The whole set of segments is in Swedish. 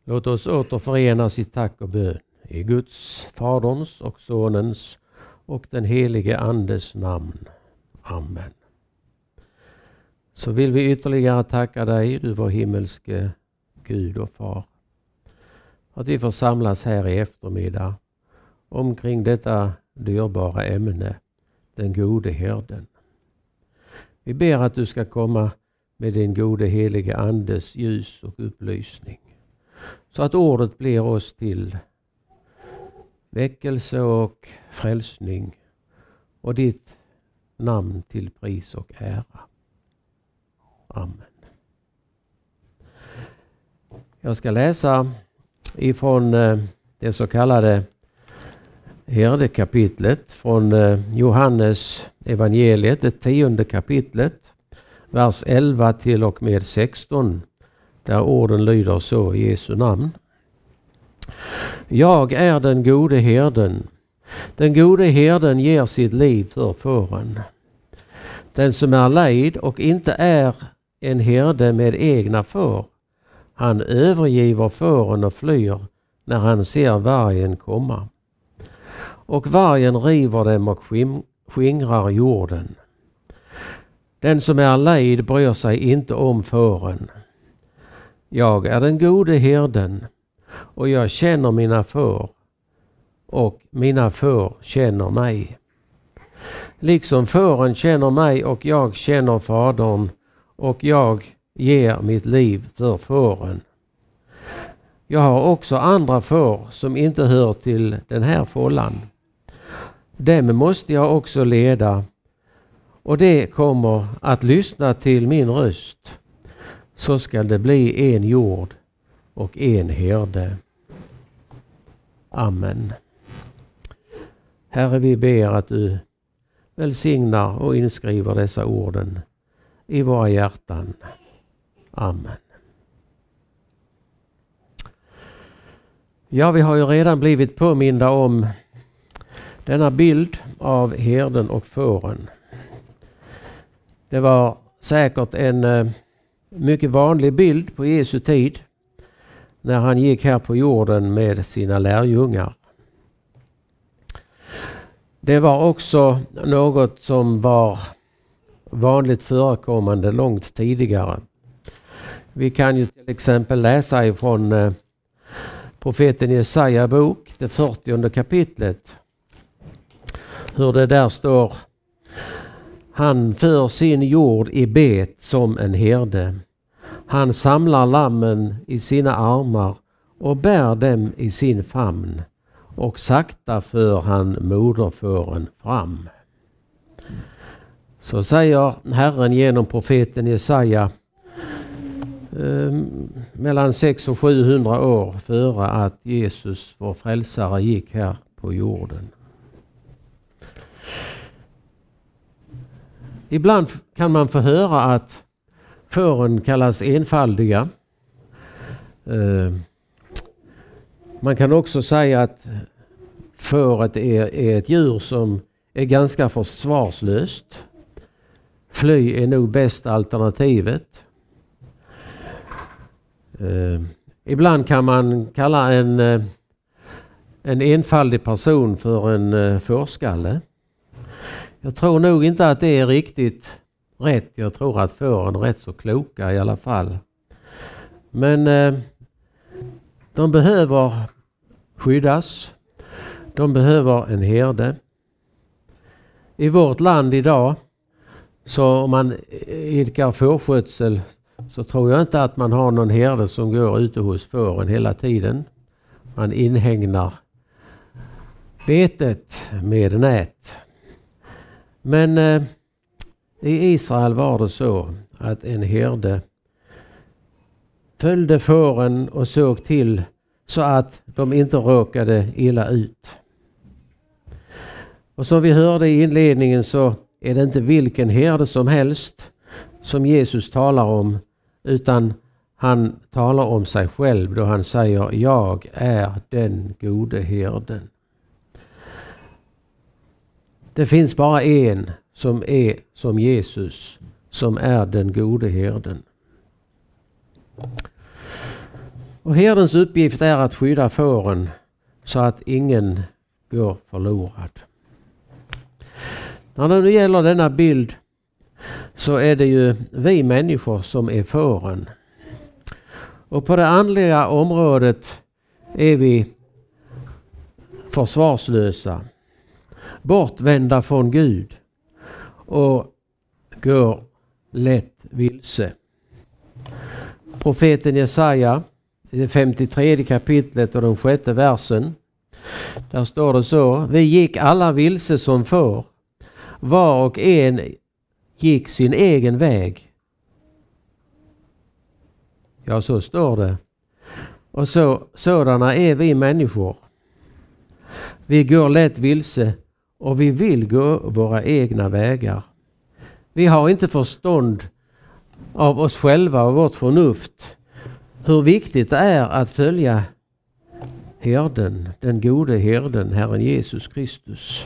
Låt oss återförenas i tack och bön i Guds, Faderns och Sonens och den helige Andes namn. Amen. Så vill vi ytterligare tacka dig, du vår himmelske Gud och Far, att vi får samlas här i eftermiddag omkring detta dyrbara ämne, den gode herden. Vi ber att du ska komma med din gode helige Andes ljus och upplysning, så att ordet blir oss till väckelse och frälsning och ditt namn till pris och ära. Amen. Jag ska läsa ifrån det så kallade herdekapitlet från Johannes evangeliet, det 10:e kapitlet, vers 11 till och med 16, där orden lyder så i Jesu namn. Jag är den gode herden. Den gode herden ger sitt liv för fåren. Den som är lejd och inte är en herde med egna får, han övergiver fåren och flyr när han ser vargen komma. Och vargen river dem och skingrar jorden. Den som är lejd bryr sig inte om fåren. Jag är den gode herden och jag känner mina får och mina får känner mig. Liksom fåren känner mig och jag känner Fadern och jag ger mitt liv för fåren. Jag har också andra får som inte hör till den här fållan. Dem måste jag också leda och det kommer att lyssna till min röst. Så ska det bli en jord och en herde. Amen. Herre, vi ber att du välsignar och inskriver dessa orden i våra hjärtan. Amen. Ja, vi har ju redan blivit påminda om denna bild av herden och fåren. Det var säkert en mycket vanlig bild på Jesu tid när han gick här på jorden med sina lärjungar. Det var också något som var vanligt förekommande långt tidigare. Vi kan ju till exempel läsa ifrån profeten Jesaja bok, det 40:e kapitlet, hur det där står: han för sin jord i bet som en herde. Han samlar lammen i sina armar och bär dem i sin famn. Och sakta för han moderfåren fram. Så säger Herren genom profeten Jesaja mellan 600 och 700 år före att Jesus, vår frälsare, gick här på jorden. Ibland kan man få höra att fåren kallas enfaldiga. Man kan också säga att fåret är ett djur som är ganska försvarslöst. Fly är nog bästa alternativet. Ibland kan man kalla en enfaldig person för en fårskalle. Jag tror nog inte att det är riktigt rätt. Jag tror att fåren är rätt så kloka i alla fall. Men de behöver skyddas. De behöver en herde. I vårt land idag, så om man idkar fårskötsel, så tror jag inte att man har någon herde som går ute hos fåren hela tiden. Man inhägnar betet med nät. Men i Israel var det så att en herde följde fåren och såg till så att de inte råkade illa ut. Och som vi hörde i inledningen så är det inte vilken herde som helst som Jesus talar om, utan han talar om sig själv då han säger: jag är den gode herden. Det finns bara en som är som Jesus, som är den gode herden. Och herdens uppgift är att skydda fåren så att ingen går förlorad. När det nu gäller denna bild så är det ju vi människor som är fåren. Och på det andliga området är vi försvarslösa, bortvända från Gud och går lätt vilse. Profeten Jesaja i det 53 kapitlet och den 6:e versen, där står det så: vi gick alla vilse som får, var och en gick sin egen väg. Ja, så står det. Och sådana är vi människor. Vi går lätt vilse och vi vill gå våra egna vägar. Vi har inte förstånd av oss själva och vårt förnuft hur viktigt det är att följa herden, den gode herden, Herren Jesus Kristus.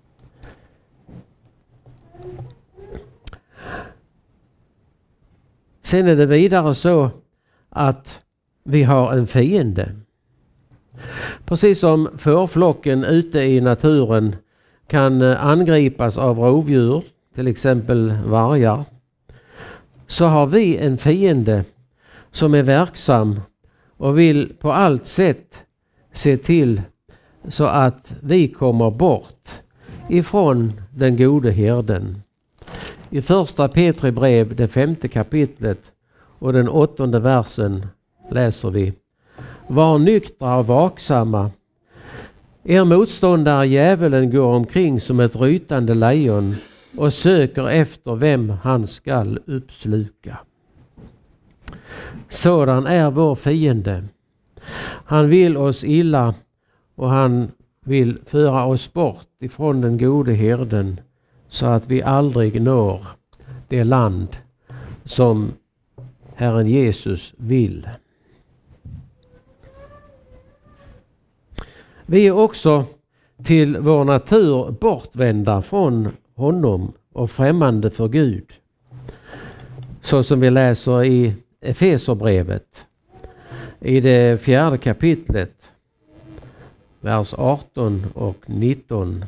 Sen är det vidare så att vi har en fiende. Precis som fårflocken ute i naturen kan angripas av rovdjur, till exempel vargar, så har vi en fiende som är verksam och vill på allt sätt se till så att vi kommer bort ifrån den gode herden. I första Petri brev, det 5:e kapitlet och den 8:e versen läser vi: var nyktra och vaksamma. Er motståndare djävulen går omkring som ett rytande lejon och söker efter vem han skall uppsluka. Sådan är vår fiende. Han vill oss illa och han vill föra oss bort ifrån den gode herden så att vi aldrig når det land som Herren Jesus vill. Vi är också till vår natur bortvända från honom och främmande för Gud. Så som vi läser i Efeserbrevet i det 4:e kapitlet, vers 18 och 19.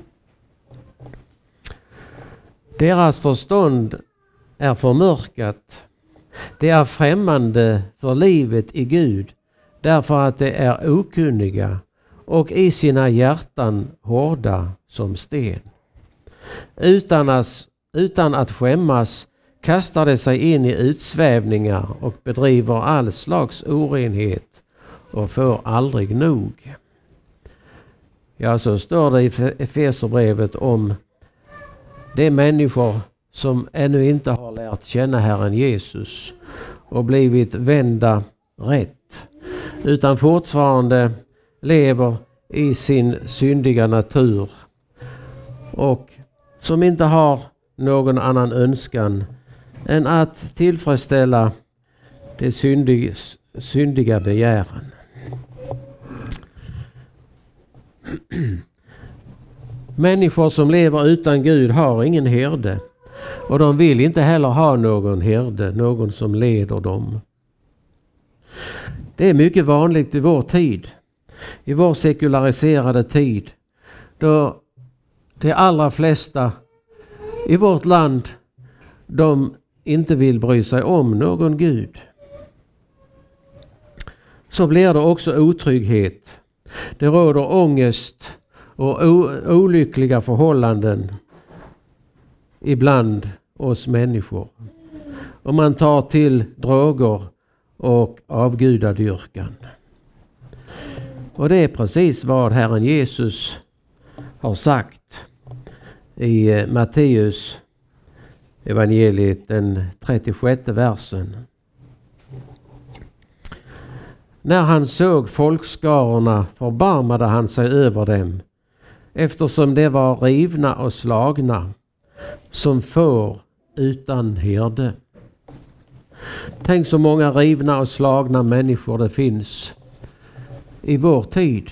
Deras förstånd är förmörkat. Det är främmande för livet i Gud därför att de är okunniga och i sina hjärtan hårda som sten. Utan att skämmas kastar de sig in i utsvävningar och bedriver all slags orenhet och får aldrig nog. Ja, så står det i Efeserbrevet om de människor som ännu inte har lärt känna Herren Jesus och blivit vända rätt, utan fortfarande lever i sin syndiga natur och som inte har någon annan önskan än att tillfredsställa det syndiga begären. Människor som lever utan Gud har ingen herde och de vill inte heller ha någon herde, någon som leder dem. Det är mycket vanligt i vår tid, i vår sekulariserade tid, då de allra flesta i vårt land de inte vill bry sig om någon Gud. Så blir det också otrygghet. Det råder ångest och olyckliga förhållanden ibland oss människor. Och man tar till droger och avgudadyrkan. Och det är precis vad Herren Jesus har sagt i Matteus evangeliet, den 36:e versen. När han såg folkskarorna förbarmade han sig över dem, eftersom de var rivna och slagna, som får utan herde. Tänk så många rivna och slagna människor det finns i vår tid,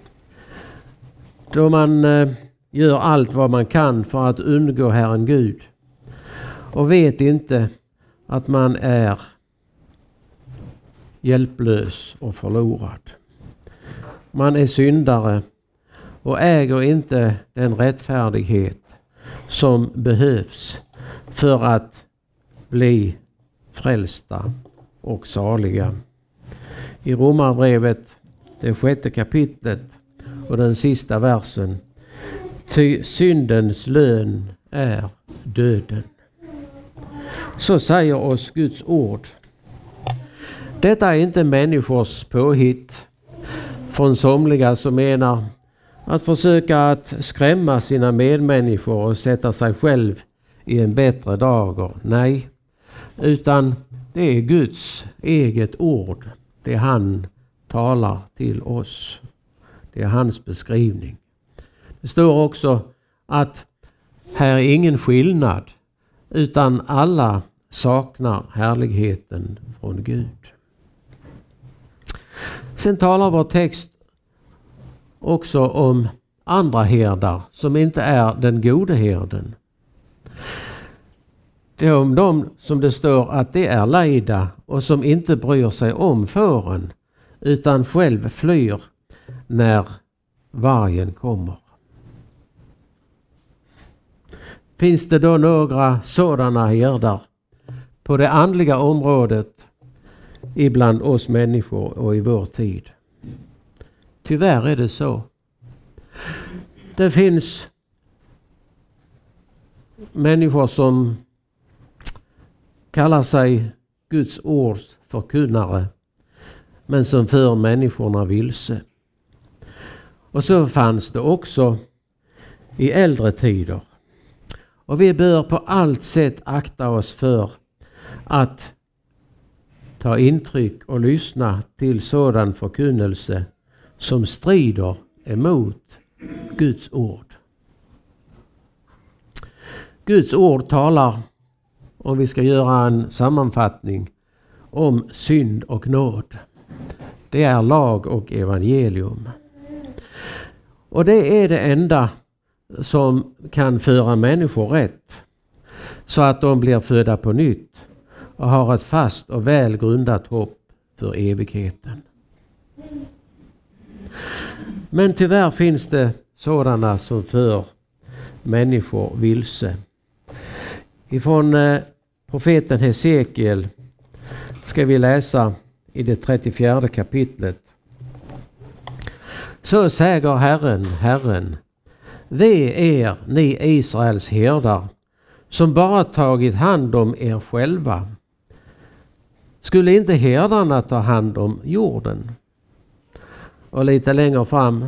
då man gör allt vad man kan för att undgå Herren Gud och vet inte att man är hjälplös och förlorad. Man är syndare och äger inte den rättfärdighet som behövs för att bli frälsta och saliga. I Romarbrevet, det 6:e kapitlet och den sista versen: ty syndens lön är döden. Så säger oss Guds ord. Detta är inte människors påhitt från somliga som menar att försöka att skrämma sina medmänniskor och sätta sig själv i en bättre dager. Nej, utan det är Guds eget ord. Det han talar till oss. Det är hans beskrivning. Det står också att här är ingen skillnad, utan alla saknar härligheten från Gud. Sen talar vår text också om andra herdar som inte är den gode herden. Det är om dem som det står att det är lejda och som inte bryr sig om fåren utan själv flyr när vargen kommer. Finns det då några sådana herdar på det andliga området ibland oss människor och i vår tid? Tyvärr är det så. Det finns människor som kallar sig Guds ords förkunnare, men som för människorna vilse. Och så fanns det också i äldre tider. Och vi bör på allt sätt akta oss för att ta intryck och lyssna till sådan förkunnelse som strider emot Guds ord. Guds ord talar, om vi ska göra en sammanfattning, om synd och nåd. Det är lag och evangelium. Och det är det enda som kan föra människor rätt, så att de blir födda på nytt och har ett fast och väl grundat hopp för evigheten. Men tyvärr finns det sådana som för människor vilse. Ifrån profeten Hesekiel ska vi läsa i det 34 kapitlet. Så säger Herren, Herren: ve er, ni Israels herdar, som bara tagit hand om er själva. Skulle inte herdarna ta hand om jorden? Och lite längre fram: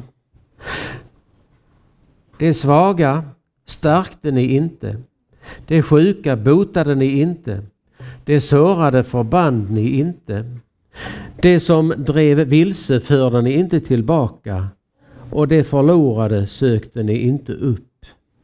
det svaga stärkte ni inte, det sjuka botade ni inte, det sårade förband ni inte, det som drev vilse förde ni inte tillbaka, och det förlorade sökte ni inte upp.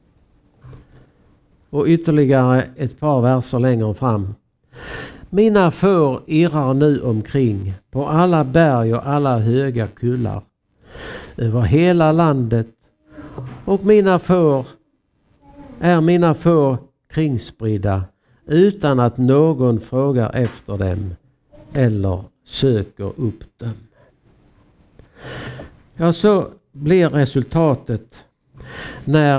Och ytterligare ett par verser längre fram: mina får irrar nu omkring på alla berg och alla höga kullar över hela landet, och mina får kringspridda utan att någon frågar efter dem eller söker upp dem. Ja, så blir resultatet när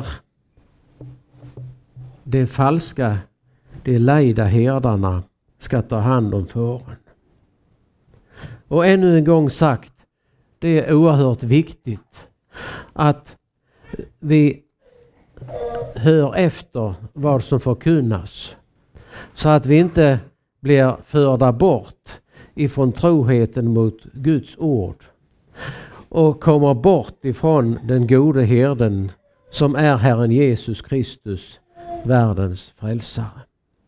de falska, de lejda herdarna ska ta hand om fåren. Och ännu en gång sagt, det är oerhört viktigt att vi hör efter vad som förkunnas, så att vi inte blir förda bort ifrån troheten mot Guds ord och kommer bort ifrån den gode herden som är Herren Jesus Kristus, världens frälsare.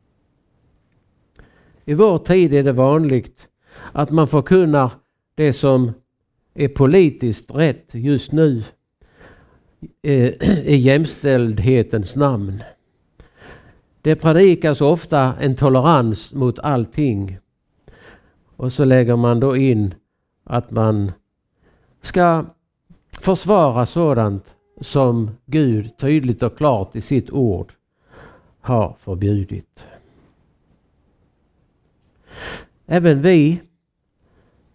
I vår tid är det vanligt att man förkunnar det som är politiskt rätt just nu i jämställdhetens namn. Det predikas ofta en tolerans mot allting. Och så lägger man då in att man ska försvara sådant som Gud tydligt och klart i sitt ord har förbjudit. Även vi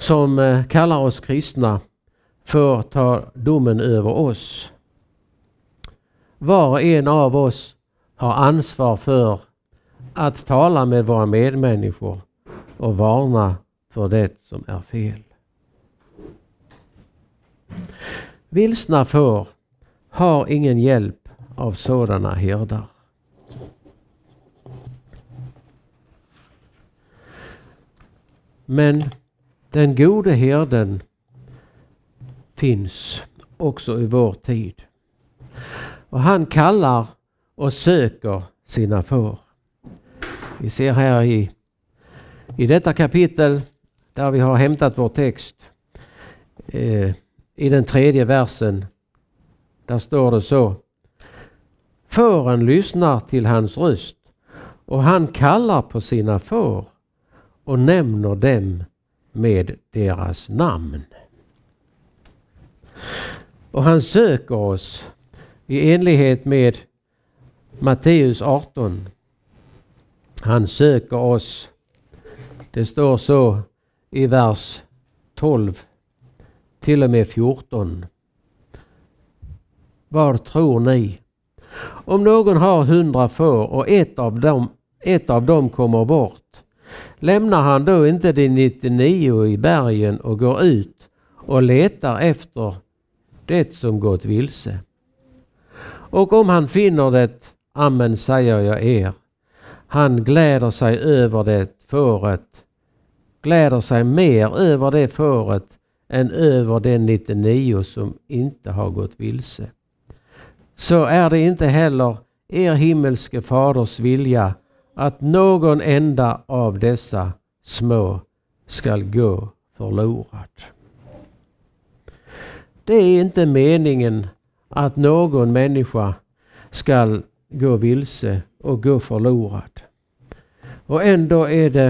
som kallar oss kristna får ta domen över oss. Var och en av oss har ansvar för att tala med våra medmänniskor och varna för det som är fel. Vilsna får har ingen hjälp av sådana herdar. Men den gode herden finns också i vår tid. Och han kallar och söker sina får. Vi ser här i detta kapitel där vi har hämtat vår text. I den 3:e versen. Där står det så. Fåren lyssnar till hans röst och han kallar på sina får och nämner dem med deras namn. Och han söker oss i enlighet med Matteus 18. Han söker oss. Det står så i vers 12 till och med 14. Vad tror ni? Om någon har 100 får och ett av dem kommer bort, lämnar han då inte de 99 i bergen och går ut och letar efter det som gått vilse? Och om han finner det, amen säger jag er, han gläder sig över det fåret, gläder sig mer över det fåret än över den 99 som inte har gått vilse. Så är det inte heller er himmelske faders vilja att någon enda av dessa små skall gå förlorad. Det är inte meningen att någon människa skall gå vilse och gå förlorad. Och ändå är det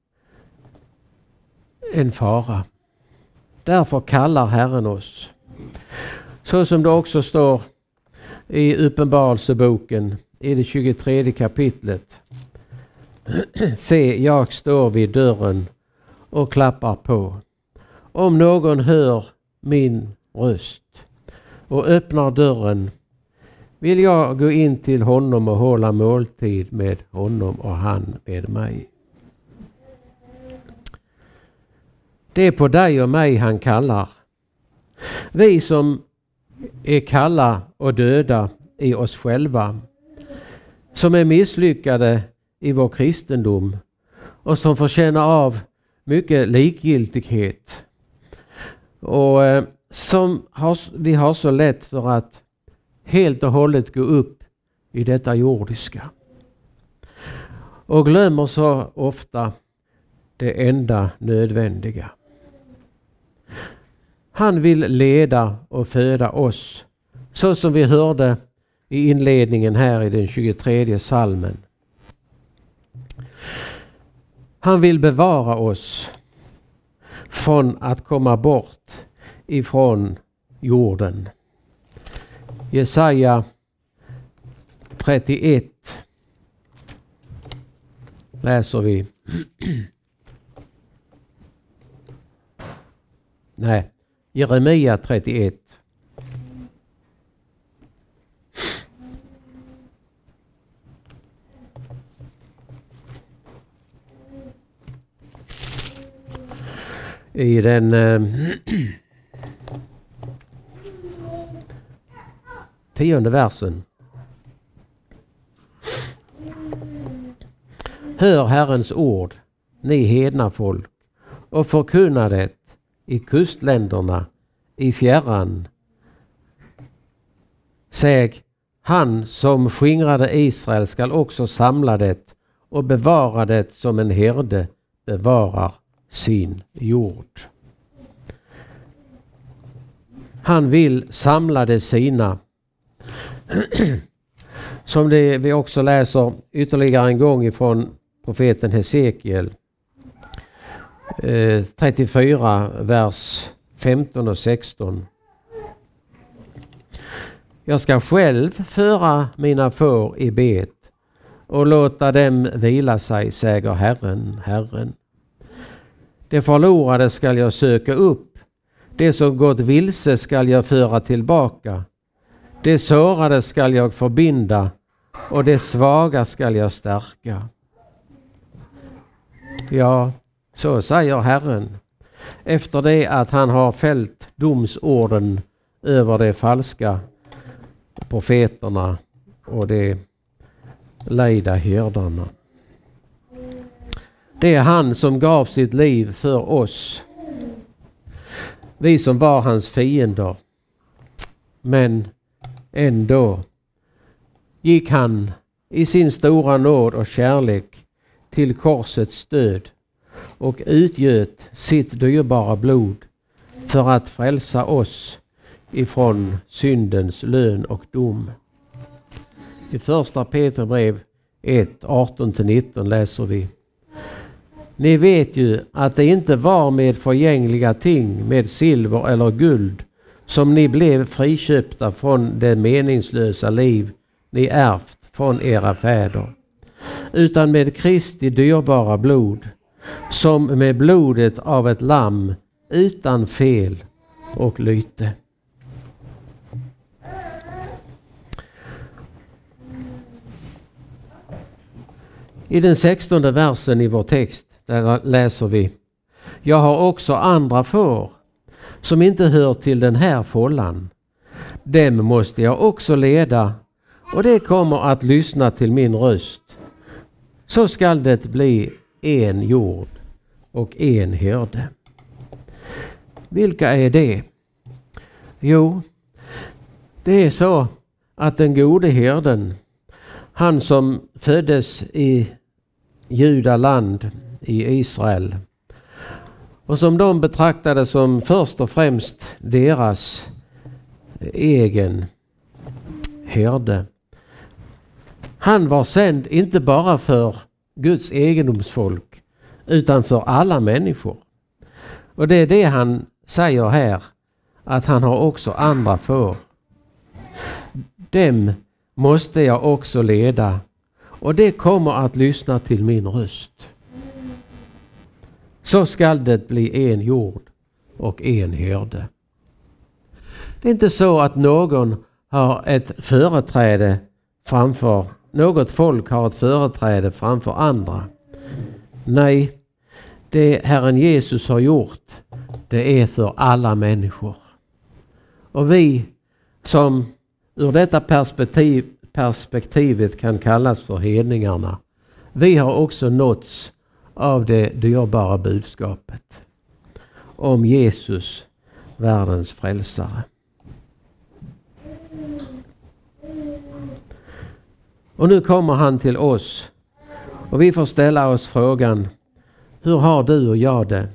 en fara. Därför kallar Herren oss. Så som det också står i Uppenbarelseboken i det 23:e kapitlet. Se, jag står vid dörren och klappar på. Om någon hör min röst och öppnar dörren, vill jag gå in till honom och hålla måltid med honom och han med mig. Det är på dig och mig han kallar. Vi som är kalla och döda i oss själva, som är misslyckade i vår kristendom och som får känna av mycket likgiltighet och vi har så lätt för att helt och hållet gå upp i detta jordiska och glömmer så ofta det enda nödvändiga. Han vill leda och föda oss, så som vi hörde i inledningen här i den 23:e psalmen. Han vill bevara oss från att komma bort ifrån jorden. Jesaja 31 läser vi. Nej, Jeremia 31. I den 10:e versen. Hör Herrens ord, ni hedna folk, och förkunna det i kustländerna, i fjärran. Säg, han som skingrade Israel skall också samla det och bevara det som en herde bevarar sin jord. Han vill samla det sina. Som det vi också läser ytterligare en gång ifrån profeten Hesekiel 34, vers 15 och 16. Jag ska själv föra mina får i bet och låta dem vila sig, säger Herren, Herren. Det förlorade skall jag söka upp. Det som gått vilse skall jag föra tillbaka. Det sårade skall jag förbinda och det svaga skall jag stärka. Ja, så säger Herren efter det att han har fällt domsorden över de falska profeterna och de lejda herdarna. Det är han som gav sitt liv för oss. Vi som var hans fiender. Men ändå gick han i sin stora nåd och kärlek till korsets död och utgöt sitt dyrbara blod för att frälsa oss ifrån syndens lön och dom. I första Petrusbrev 1, 18-19 läser vi: Ni vet ju att det inte var med förgängliga ting, med silver eller guld, som ni blev friköpta från det meningslösa liv ni ärvt från era fäder, utan med Kristi dyrbara blod, som med blodet av ett lamm utan fel och lyte. I den 16:e versen i vår text där läser vi: Jag har också andra får som inte hör till den här fållan. Dem måste jag också leda, och det kommer att lyssna till min röst. Så skall det bli en jord och en herde. Vilka är det? Jo, det är så att den gode herden, han som föddes i Judaland i Israel och som de betraktade som först och främst deras egen herde. Han var sänd inte bara för Guds egendomsfolk utan för alla människor. Och det är det han säger här, att han har också andra får. Dem måste jag också leda, och det kommer att lyssna till min röst. Så skall det bli en jord och en herde. Det är inte så att något folk har ett företräde framför andra. Nej, det Herren Jesus har gjort, det är för alla människor. Och vi som ur detta perspektivet kan kallas för hedningarna, vi har också nåtts av det dyrbara budskapet om Jesus, världens frälsare. Och nu kommer han till oss och vi får ställa oss frågan: hur har du och jag det?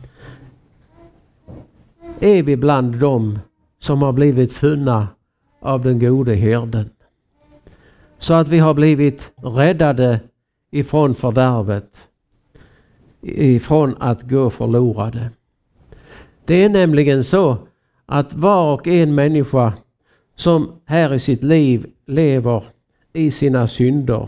Är vi bland dem som har blivit funna av den gode herden, så att vi har blivit räddade ifrån fördärvet, ifrån att gå förlorade? Det är nämligen så att var och en människa som här i sitt liv lever i sina synder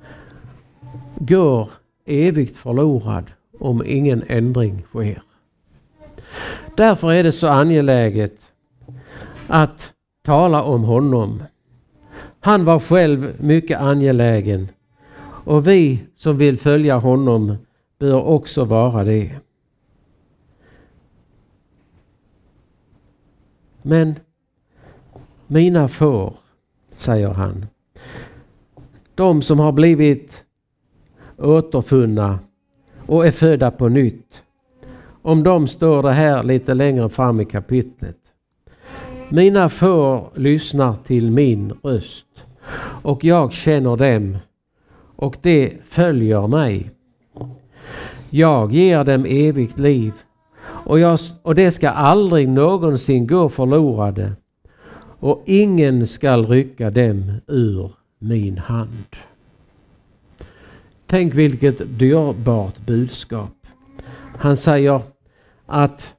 går evigt förlorad om ingen ändring sker. Därför är det så angeläget att tala om honom. Han var själv mycket angelägen, och vi som vill följa honom bör också vara det. Men mina får, säger han, de som har blivit återfunna och är födda på nytt, om de står det här lite längre fram i kapitlet. Mina får lyssnar till min röst, och jag känner dem, och det följer mig. Jag ger dem evigt liv, och det ska aldrig någonsin gå förlorade, och ingen ska rycka dem ur min hand. Tänk vilket dyrbart budskap. Han säger att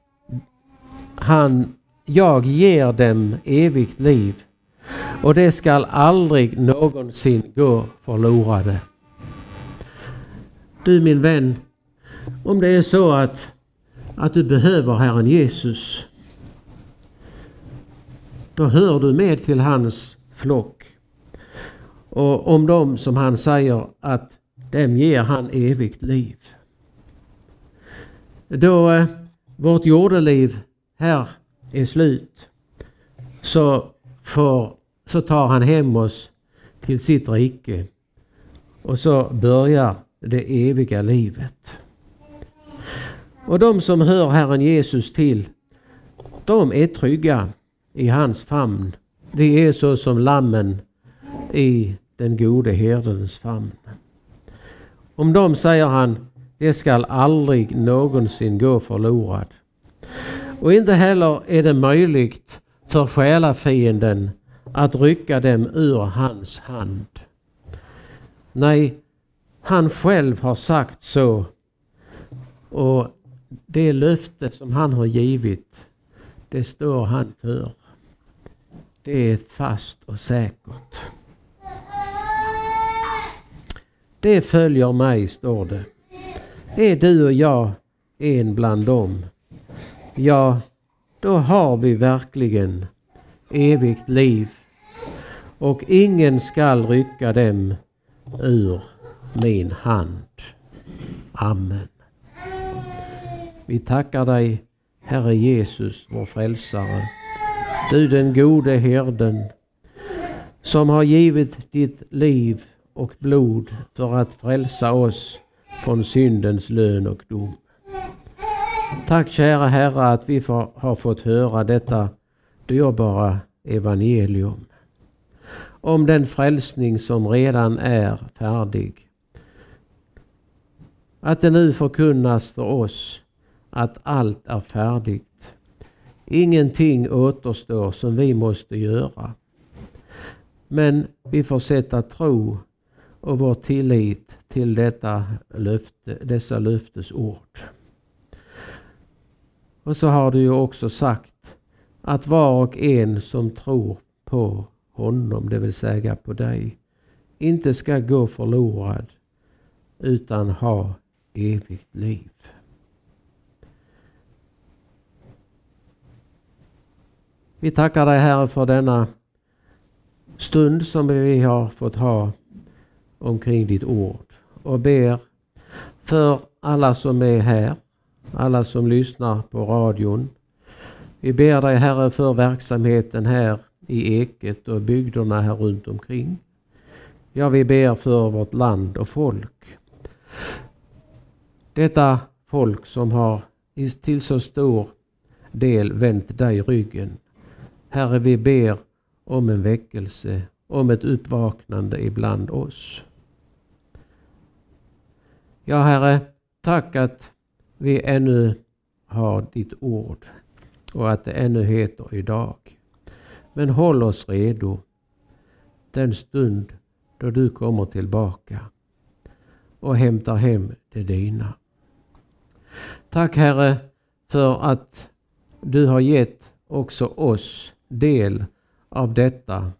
jag ger dem evigt liv, och det ska aldrig någonsin gå förlorade. Du min vän, om det är så att att du behöver Herren Jesus, då hör du med till hans flock. Och om dem som han säger att dem ger han evigt liv. Då vårt jordeliv här är slut, så tar han hem oss till sitt rike. Och så börjar det eviga livet. Och de som hör Herren Jesus till, de är trygga i hans famn. Det är så som lammen i den gode herdens famn. Om dem säger han, det skall aldrig någonsin gå förlorad. Och inte heller är det möjligt för själafienden att rycka dem ur hans hand. Nej, han själv har sagt så. Och det löfte som han har givit, det står han för. Det är fast och säkert. Det följer mig, står det. Är du och jag en bland dem? Ja, då har vi verkligen evigt liv. Och ingen skall rycka dem ur min hand. Amen. Vi tackar dig, Herre Jesus, vår frälsare. Du den gode herden, som har givit ditt liv och blod för att frälsa oss från syndens lön och dom. Tack kära Herre att vi har fått höra detta dyrbara evangelium om den frälsning som redan är färdig. Att det nu förkunnas för oss att allt är färdigt. Ingenting återstår som vi måste göra. Men vi får sätta tro och vår tillit till dessa löftesord. Och så har du ju också sagt att var och en som tror på honom, det vill säga på dig, inte ska gå förlorad utan ha evigt liv. Vi tackar dig, Herre, för denna stund som vi har fått ha omkring ditt ord, och ber för alla som är här, alla som lyssnar på radion. Vi ber dig, Herre, för verksamheten här i Eket och bygderna här runt omkring. Ja, vi ber för vårt land och folk. Detta folk som har till så stor del vänt dig ryggen. Herre, vi ber om en väckelse, om ett uppvaknande ibland oss. Ja, Herre, tack att vi ännu har ditt ord och att det ännu heter idag. Men håll oss redo den stund då du kommer tillbaka och hämtar hem det dina. Tack, Herre, för att du har gett också oss del av detta.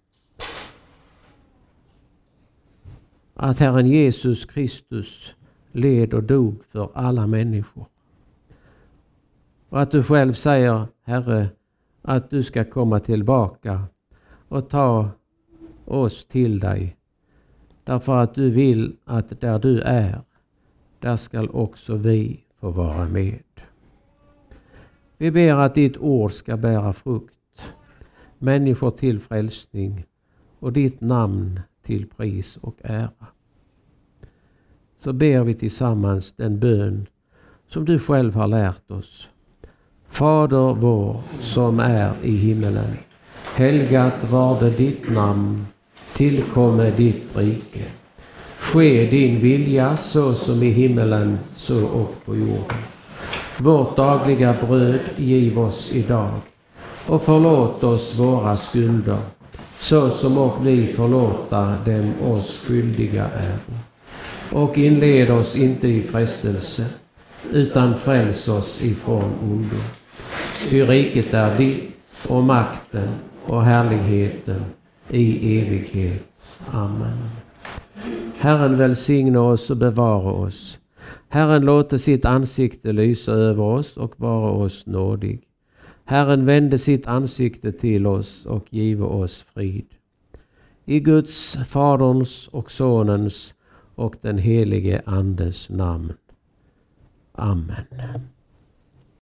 Att Herren Jesus Kristus led och dog för alla människor. Och att du själv säger, Herre, att du ska komma tillbaka och ta oss till dig. Därför att du vill att där du är, där ska också vi få vara med. Vi ber att ditt ord ska bära frukt, människor till frälsning och ditt namn till pris och ära. Så ber vi tillsammans den bön som du själv har lärt oss. Fader vår som är i himmelen, helgat varde ditt namn, tillkomme ditt rike. Ske din vilja så som i himmelen, så och på jorden. Vårt dagliga bröd giv oss idag, och förlåt oss våra skulder, så som och vi förlåta dem oss skyldiga är. Och inled oss inte i frestelse, utan fräls oss ifrån ondo. Ty riket är ditt, och makten och härligheten i evighet. Amen. Herren välsigne oss och bevara oss. Herren låter sitt ansikte lysa över oss och vara oss nådig. Herren vände sitt ansikte till oss och give oss frid. I Guds, Faderns och Sonens och den helige Andes namn. Amen.